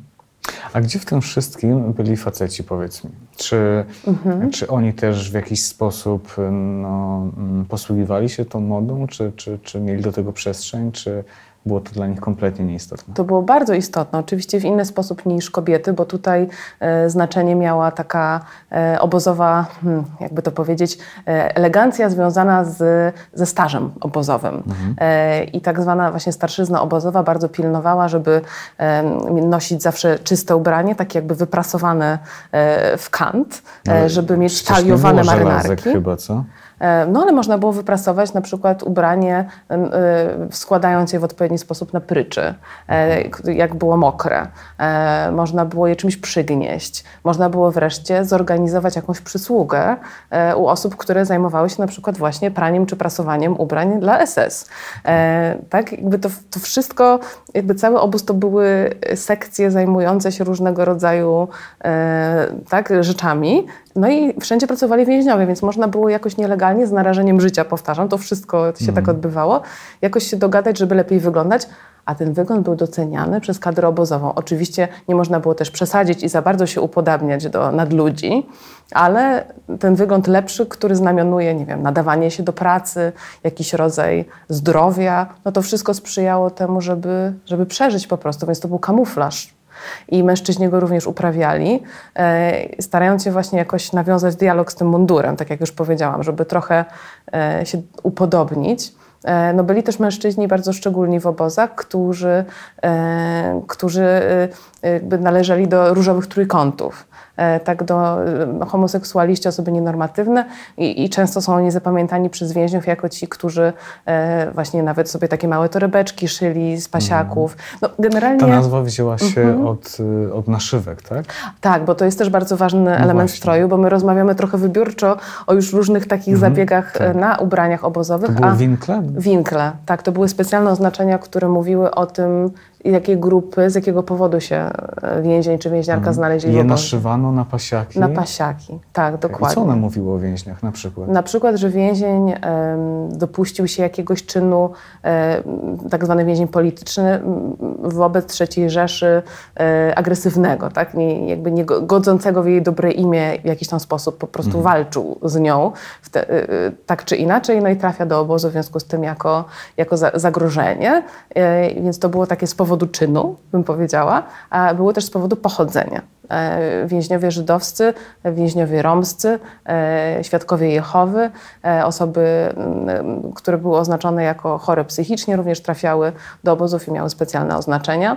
A gdzie w tym wszystkim byli faceci, powiedz mi? Czy oni też w jakiś sposób posługiwali się tą modą, czy mieli do tego przestrzeń, czy było to dla nich kompletnie nieistotne? To było bardzo istotne, oczywiście w inny sposób niż kobiety, bo tutaj znaczenie miała taka obozowa, jakby to powiedzieć, elegancja związana ze stażem obozowym. I tak zwana właśnie starszyzna obozowa bardzo pilnowała, żeby nosić zawsze czyste ubranie, takie jakby wyprasowane w kant, żeby mieć taliowane marynarki. Chyba, co? No ale można było wyprasować na przykład ubranie, składając je w odpowiedni sposób na pryczy, jak było mokre. Można było je czymś przygnieść. Można było wreszcie zorganizować jakąś przysługę u osób, które zajmowały się na przykład właśnie praniem czy prasowaniem ubrań dla SS. Tak? Jakby to wszystko, jakby cały obóz to były sekcje zajmujące się różnego rodzaju rzeczami. No i wszędzie pracowali więźniowie, więc można było jakoś nielegalnie, z narażeniem życia, powtarzam, to wszystko się tak odbywało, jakoś się dogadać, żeby lepiej wyglądać, a ten wygląd był doceniany przez kadrę obozową. Oczywiście nie można było też przesadzić i za bardzo się upodabniać do nadludzi, ale ten wygląd lepszy, który znamionuje, nie wiem, nadawanie się do pracy, jakiś rodzaj zdrowia, no to wszystko sprzyjało temu, żeby przeżyć po prostu, więc to był kamuflaż. I mężczyźni go również uprawiali, starając się właśnie jakoś nawiązać dialog z tym mundurem, tak jak już powiedziałam, żeby trochę się upodobnić. No byli też mężczyźni bardzo szczególni w obozach, którzy jakby należeli do różowych trójkątów. Tak, homoseksualiści, osoby nienormatywne i często są oni zapamiętani przez więźniów jako ci, którzy właśnie nawet sobie takie małe torebeczki szyli z pasiaków. No, generalnie... Ta nazwa wzięła się od naszywek, tak? Tak, bo to jest też bardzo ważny element stroju, bo my rozmawiamy trochę wybiórczo o już różnych takich zabiegach na ubraniach obozowych. To były winkle? Winkle, tak. To były specjalne oznaczenia, które mówiły o tym, jakie grupy, z jakiego powodu się więzień czy więźniarka znaleźli w obozie. Je naszywano na pasiaki? Na pasiaki, tak, dokładnie. I co one mówiły o więźniach na przykład? Na przykład, że więzień dopuścił się jakiegoś czynu, tak zwany więzień polityczny, wobec III Rzeszy agresywnego, tak? Nie godzącego w jej dobre imię w jakiś tam sposób, po prostu walczył z nią, tak czy inaczej, no i trafia do obozu w związku z tym jako zagrożenie. Więc to było takie z powodu czynu, bym powiedziała, a było też z powodu pochodzenia. Więźniowie żydowscy, więźniowie romscy, świadkowie Jehowy, osoby, które były oznaczone jako chore psychicznie, również trafiały do obozów i miały specjalne oznaczenia.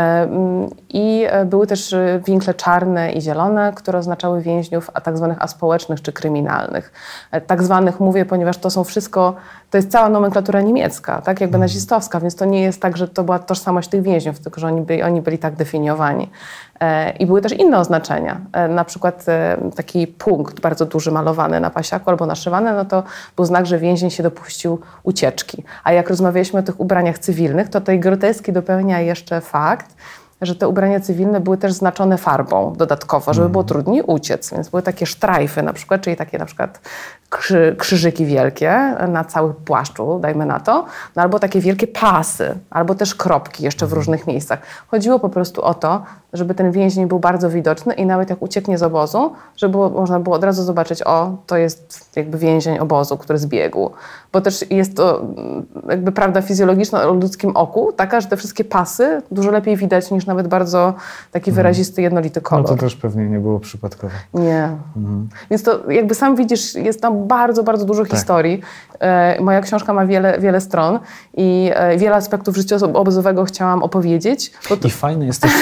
I były też winkle czarne i zielone, które oznaczały więźniów tak zwanych aspołecznych czy kryminalnych. Tak zwanych mówię, ponieważ to są wszystko, to jest cała nomenklatura niemiecka, tak jakby nazistowska, więc to nie jest tak, że to była tożsamość tych więźniów, tylko że oni byli tak definiowani. I były też inne oznaczenia, na przykład taki punkt bardzo duży malowany na pasiaku albo naszywany, no to był znak, że więzień się dopuścił ucieczki. A jak rozmawialiśmy o tych ubraniach cywilnych, to tej groteski dopełnia jeszcze fakt, że te ubrania cywilne były też znaczone farbą dodatkowo, żeby było trudniej uciec. Więc były takie sztrajfy na przykład, czyli takie na przykład krzyżyki wielkie na całym płaszczu, dajmy na to, no albo takie wielkie pasy, albo też kropki jeszcze w różnych miejscach. Chodziło po prostu o to, żeby ten więzień był bardzo widoczny i nawet jak ucieknie z obozu, żeby można było od razu zobaczyć, to jest jakby więzień obozu, który zbiegł. Bo też jest to jakby prawda fizjologiczna o ludzkim oku, taka, że te wszystkie pasy dużo lepiej widać niż nawet bardzo taki wyrazisty, jednolity kolor. No to też pewnie nie było przypadkowe. Nie. Więc to jakby sam widzisz, jest tam bardzo, bardzo dużo historii. Moja książka ma wiele stron i wiele aspektów życia obozowego chciałam opowiedzieć. I fajne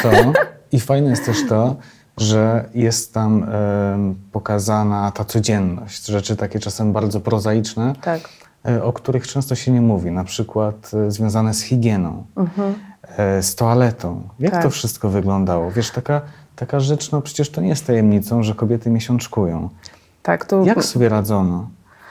jest też to, że jest tam pokazana ta codzienność, rzeczy takie czasem bardzo prozaiczne, o których często się nie mówi, na przykład związane z higieną, z toaletą. Jak to wszystko wyglądało? Wiesz, taka rzecz, no przecież to nie jest tajemnicą, że kobiety miesiączkują. Tak, Jak sobie radzono?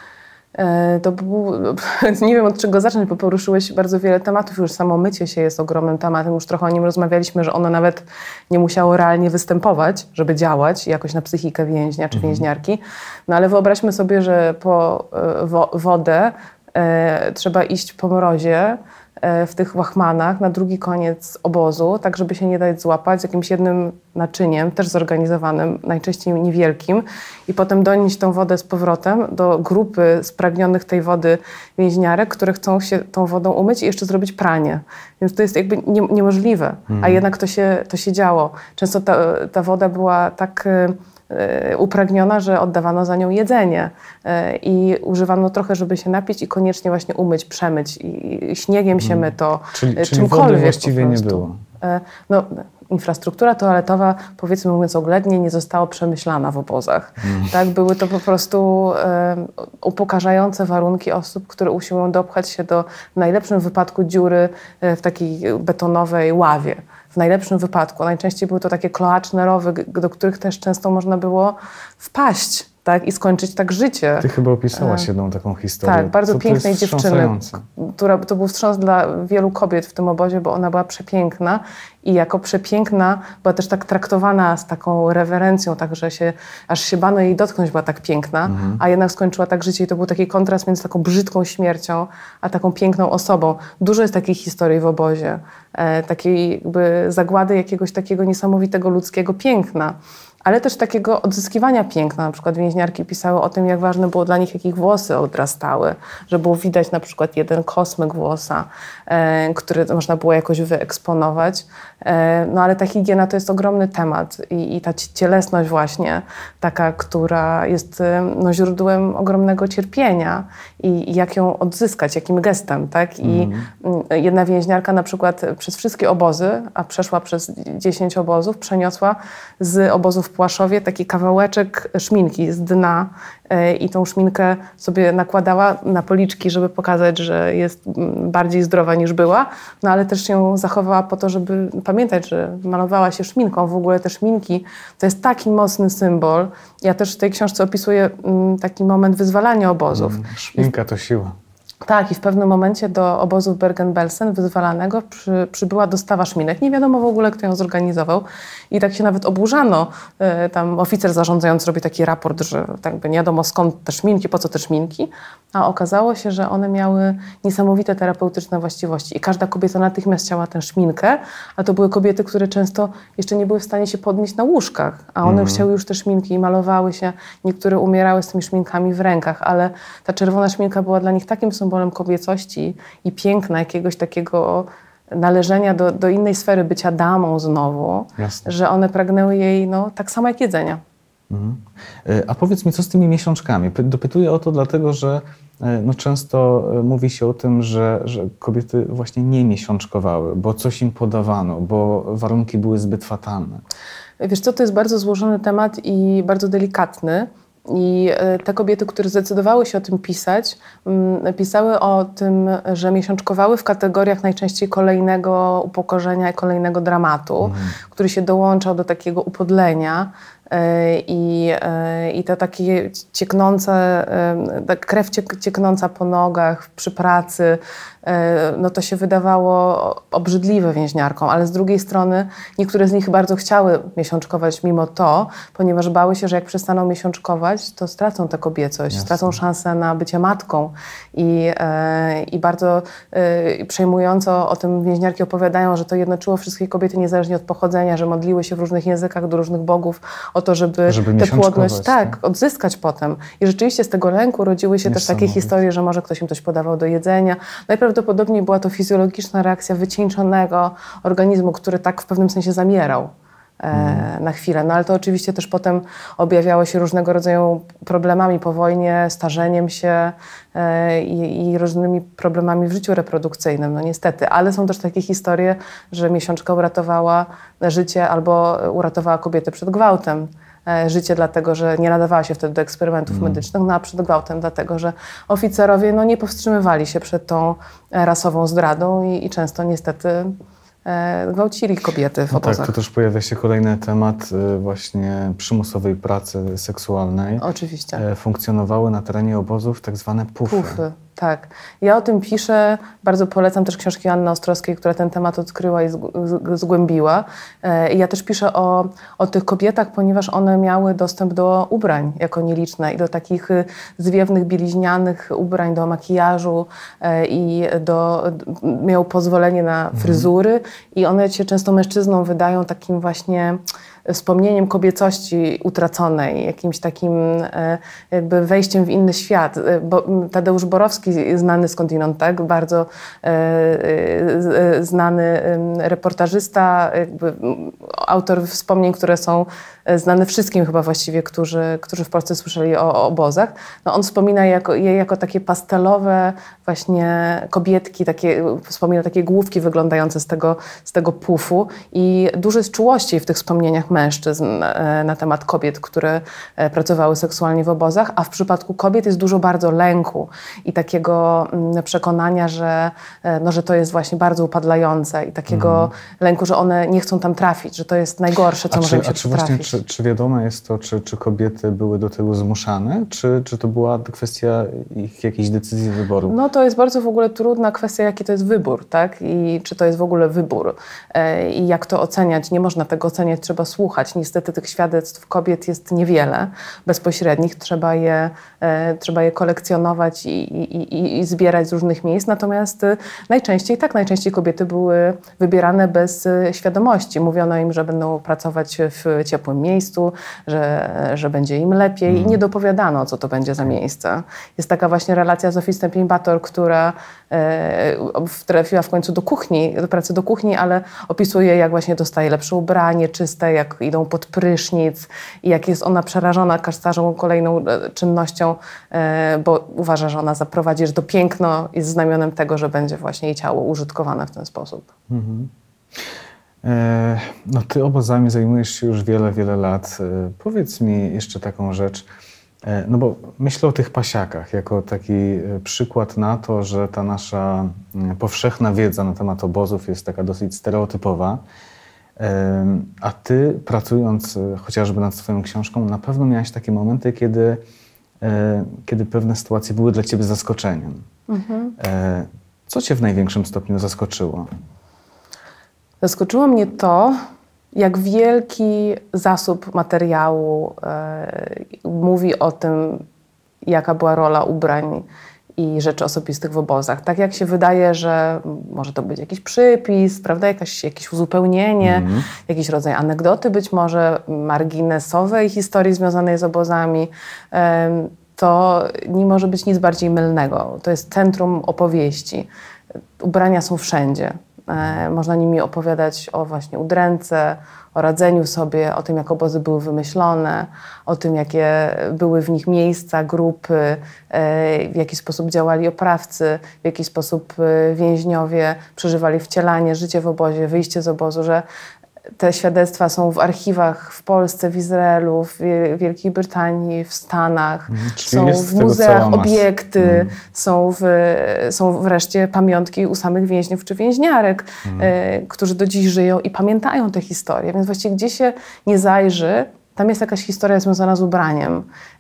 To był, nie wiem od czego zacząć, bo poruszyłeś bardzo wiele tematów. Już samo mycie się jest ogromnym tematem. Już trochę o nim rozmawialiśmy, że ono nawet nie musiało realnie występować, żeby działać jakoś na psychikę więźnia czy więźniarki. No ale wyobraźmy sobie, że po wodę trzeba iść po mrozie w tych łachmanach na drugi koniec obozu, tak żeby się nie dać złapać, z jakimś jednym naczyniem, też zorganizowanym, najczęściej niewielkim, i potem donieść tą wodę z powrotem do grupy spragnionych tej wody więźniarek, które chcą się tą wodą umyć i jeszcze zrobić pranie. Więc to jest jakby niemożliwe, a jednak to się działo. Często ta woda była tak upragniona, że oddawano za nią jedzenie i używano trochę, żeby się napić i koniecznie właśnie umyć, przemyć i śniegiem się myto, Czyli wody właściwie nie było. No, infrastruktura toaletowa, powiedzmy mówiąc oględnie, nie została przemyślana w obozach. Tak, były to po prostu upokarzające warunki osób, które usiłują dopchać się do, w najlepszym wypadku, dziury w takiej betonowej ławie. W najlepszym wypadku. Najczęściej były to takie kloaczne rowy, do których też często można było wpaść, tak, i skończyć tak życie. Ty chyba opisałaś jedną taką historię. Tak, bardzo pięknej dziewczyny, to był wstrząs dla wielu kobiet w tym obozie, bo ona była przepiękna i jako przepiękna była też tak traktowana z taką rewerencją, tak, że aż się bano jej dotknąć, była tak piękna, a jednak skończyła tak życie i to był taki kontrast między taką brzydką śmiercią, a taką piękną osobą. Dużo jest takich historii w obozie, takiej jakby zagłady jakiegoś takiego niesamowitego ludzkiego piękna. Ale też takiego odzyskiwania piękna. Na przykład więźniarki pisały o tym, jak ważne było dla nich, jak ich włosy odrastały, że było widać na przykład jeden kosmyk włosa, który można było jakoś wyeksponować. No ale ta higiena to jest ogromny temat i ta cielesność właśnie, taka, która jest źródłem ogromnego cierpienia i jak ją odzyskać, jakim gestem, tak? I jedna więźniarka na przykład przez wszystkie obozy, a przeszła przez 10 obozów, przeniosła z obozu w Płaszowie taki kawałeczek szminki z dna i tą szminkę sobie nakładała na policzki, żeby pokazać, że jest bardziej zdrowa niż była, no ale też ją zachowała po to, żeby pamiętać, że malowała się szminką. W ogóle te szminki to jest taki mocny symbol. Ja też w tej książce opisuję taki moment wyzwalania obozów. Szminka to siła. Tak, i w pewnym momencie do obozu Bergen-Belsen wyzwalanego przybyła dostawa szminek. Nie wiadomo w ogóle, kto ją zorganizował. I tak się nawet oburzano. Tam oficer zarządzający robi taki raport, że tak by nie wiadomo skąd te szminki, po co te szminki. A okazało się, że one miały niesamowite terapeutyczne właściwości. I każda kobieta natychmiast chciała tę szminkę, a to były kobiety, które często jeszcze nie były w stanie się podnieść na łóżkach. A one chciały już te szminki i malowały się. Niektóre umierały z tymi szminkami w rękach, ale ta czerwona szminka była dla nich takim symbolem kobiecości i piękna, jakiegoś takiego należenia do innej sfery, bycia damą znowu, Jasne. że one pragnęły jej tak samo jak jedzenia. A powiedz mi, co z tymi miesiączkami? Dopytuję o to dlatego, że często mówi się o tym, że kobiety właśnie nie miesiączkowały, bo coś im podawano, bo warunki były zbyt fatalne. Wiesz co, to jest bardzo złożony temat i bardzo delikatny. I te kobiety, które zdecydowały się o tym pisać, pisały o tym, że miesiączkowały w kategoriach najczęściej kolejnego upokorzenia i kolejnego dramatu, który się dołączał do takiego upodlenia. I te takie cieknące, ta krew cieknąca po nogach przy pracy, to się wydawało obrzydliwe więźniarkom, ale z drugiej strony niektóre z nich bardzo chciały miesiączkować mimo to, ponieważ bały się, że jak przestaną miesiączkować, to stracą tę kobiecość, stracą szansę na bycie matką i bardzo przejmująco o tym więźniarki opowiadają, że to jednoczyło wszystkie kobiety niezależnie od pochodzenia, że modliły się w różnych językach do różnych bogów o to, żeby tę płodność odzyskać potem. I rzeczywiście z tego lęku rodziły się też takie historie, że może ktoś im coś podawał do jedzenia. Najprawdopodobniej była to fizjologiczna reakcja wycieńczonego organizmu, który tak w pewnym sensie zamierał na chwilę. No ale to oczywiście też potem objawiało się różnego rodzaju problemami po wojnie, starzeniem się i różnymi problemami w życiu reprodukcyjnym, no niestety. Ale są też takie historie, że miesiączka uratowała życie albo uratowała kobietę przed gwałtem. Życie dlatego, że nie nadawała się wtedy do eksperymentów medycznych, a przed gwałtem dlatego, że oficerowie nie powstrzymywali się przed tą rasową zdradą i często niestety gwałcili kobiety w obozach. Tak, tu też pojawia się kolejny temat właśnie przymusowej pracy seksualnej. Oczywiście. Funkcjonowały na terenie obozów tak zwane pufy. Tak. Ja o tym piszę. Bardzo polecam też książki Anny Ostrowskiej, która ten temat odkryła i zgłębiła. Ja też piszę o tych kobietach, ponieważ one miały dostęp do ubrań jako nieliczne i do takich zwiewnych, bieliźnianych ubrań, do makijażu i miały pozwolenie na fryzury i one się często mężczyznom wydają takim właśnie wspomnieniem kobiecości utraconej, jakimś takim jakby wejściem w inny świat. Tadeusz Borowski, znany skądinąd, tak, bardzo znany reportażysta, jakby autor wspomnień, które są znane wszystkim chyba właściwie, którzy w Polsce słyszeli o obozach. No on wspomina je jako takie pastelowe właśnie kobietki, wspomina takie główki wyglądające z tego pufu i dużo jest czułości w tych wspomnieniach mężczyzn na temat kobiet, które pracowały seksualnie w obozach, a w przypadku kobiet jest dużo bardzo lęku i takiego przekonania, że to jest właśnie bardzo upadlające i takiego lęku, że one nie chcą tam trafić, że to jest najgorsze, co może im się trafić. Czy wiadome jest to, czy kobiety były do tego zmuszane, czy to była kwestia ich jakiejś decyzji wyboru? No to jest bardzo w ogóle trudna kwestia, jaki to jest wybór, tak? I czy to jest w ogóle wybór i jak to oceniać. Nie można tego oceniać, trzeba słuchać. Niestety tych świadectw kobiet jest niewiele bezpośrednich, trzeba je kolekcjonować i zbierać z różnych miejsc, natomiast najczęściej kobiety były wybierane bez świadomości. Mówiono im, że będą pracować w ciepłym miejscu, że będzie im lepiej i nie dopowiadano, co to będzie za miejsce. Jest taka właśnie relacja Zofii Stępień-Bator, która trafiła w końcu do pracy do kuchni, ale opisuje, jak właśnie dostaje lepsze ubranie, czyste, jak idą pod prysznic i jak jest ona przerażona każdą kolejną czynnością, bo uważa, że ona zaprowadzi, że to piękno jest znamionem tego, że będzie właśnie jej ciało użytkowane w ten sposób. No ty obozami zajmujesz się już wiele, wiele lat. Powiedz mi jeszcze taką rzecz, no bo myślę o tych pasiakach jako taki przykład na to, że ta nasza powszechna wiedza na temat obozów jest taka dosyć stereotypowa, a ty pracując chociażby nad swoją książką na pewno miałaś takie momenty, kiedy pewne sytuacje były dla ciebie zaskoczeniem. Co cię w największym stopniu zaskoczyło? Zaskoczyło mnie to, jak wielki zasób materiału mówi o tym, jaka była rola ubrań i rzeczy osobistych w obozach. Tak jak się wydaje, że może to być jakiś przypis, prawda, jakieś uzupełnienie, jakiś rodzaj anegdoty, być może marginesowej historii związanej z obozami, to nie może być nic bardziej mylnego. To jest centrum opowieści. Ubrania są wszędzie. Można nimi opowiadać o właśnie udręce, o radzeniu sobie, o tym, jak obozy były wymyślone, o tym, jakie były w nich miejsca, grupy, w jaki sposób działali oprawcy, w jaki sposób więźniowie przeżywali wcielanie, życie w obozie, wyjście z obozu, że te świadectwa są w archiwach w Polsce, w Izraelu, w Wielkiej Brytanii, w Stanach, są w muzeach obiekty, są wreszcie pamiątki u samych więźniów czy więźniarek, którzy do dziś żyją i pamiętają te historie. Więc właściwie gdzie się nie zajrzy, tam jest jakaś historia związana z ubraniem.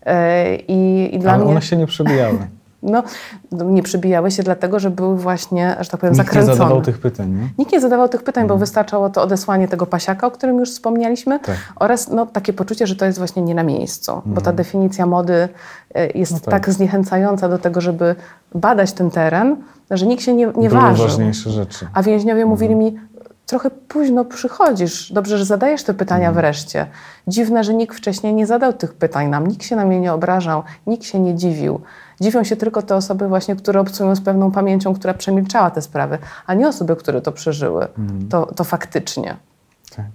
Ale one się nie przebijały. No, nie przybijały się dlatego, że były właśnie, że tak powiem, zakręcone. Nikt nie zadawał tych pytań, nie? Nikt nie zadawał tych pytań, bo wystarczało to odesłanie tego pasiaka, o którym już wspomnieliśmy, oraz takie poczucie, że to jest właśnie nie na miejscu, bo ta definicja mody jest tak zniechęcająca do tego, żeby badać ten teren, że nikt się nie ważył. Były ważniejsze rzeczy. A więźniowie mówili mi, trochę późno przychodzisz, dobrze, że zadajesz te pytania wreszcie. Dziwne, że nikt wcześniej nie zadał tych pytań nam, nikt się na mnie nie obrażał, nikt się nie dziwił. Dziwią się tylko te osoby właśnie, które obcują z pewną pamięcią, która przemilczała te sprawy, a nie osoby, które to przeżyły. To faktycznie. Tak.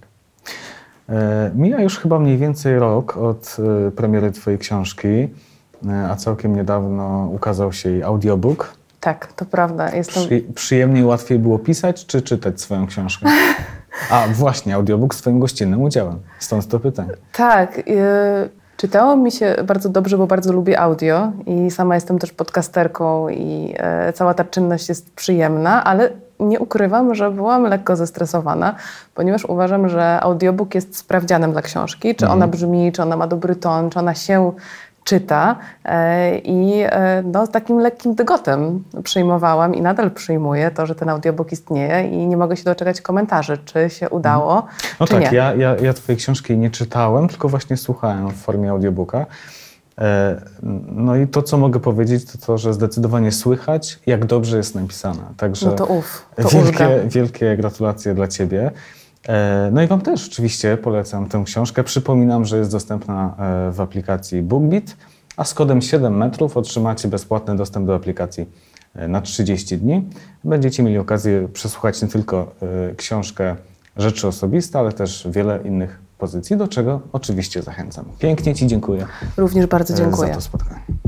Mija już chyba mniej więcej rok od premiery twojej książki, a całkiem niedawno ukazał się jej audiobook. Tak, to prawda. Przyjemniej, łatwiej było pisać czy czytać swoją książkę? A właśnie, audiobook z twoim gościnnym udziałem. Stąd to pytanie. Tak. Czytało mi się bardzo dobrze, bo bardzo lubię audio i sama jestem też podcasterką i cała ta czynność jest przyjemna, ale nie ukrywam, że byłam lekko zestresowana, ponieważ uważam, że audiobook jest sprawdzianem dla książki, czy ona brzmi, czy ona ma dobry ton, czy ona się czyta i z takim lekkim dygotem przyjmowałam i nadal przyjmuję to, że ten audiobook istnieje i nie mogę się doczekać komentarzy, czy się udało, no czy tak, nie. ja twojej książki nie czytałem, tylko właśnie słuchałem w formie audiobooka. No i to, co mogę powiedzieć, to to, że zdecydowanie słychać, jak dobrze jest napisana. Także No to ulga. wielkie gratulacje dla Ciebie. No i Wam też oczywiście polecam tę książkę. Przypominam, że jest dostępna w aplikacji BookBeat, a z kodem 7 metrów otrzymacie bezpłatny dostęp do aplikacji na 30 dni. Będziecie mieli okazję przesłuchać nie tylko książkę Rzeczy osobiste, ale też wiele innych pozycji, do czego oczywiście zachęcam. Pięknie Ci dziękuję. Również bardzo dziękuję Za to spotkanie.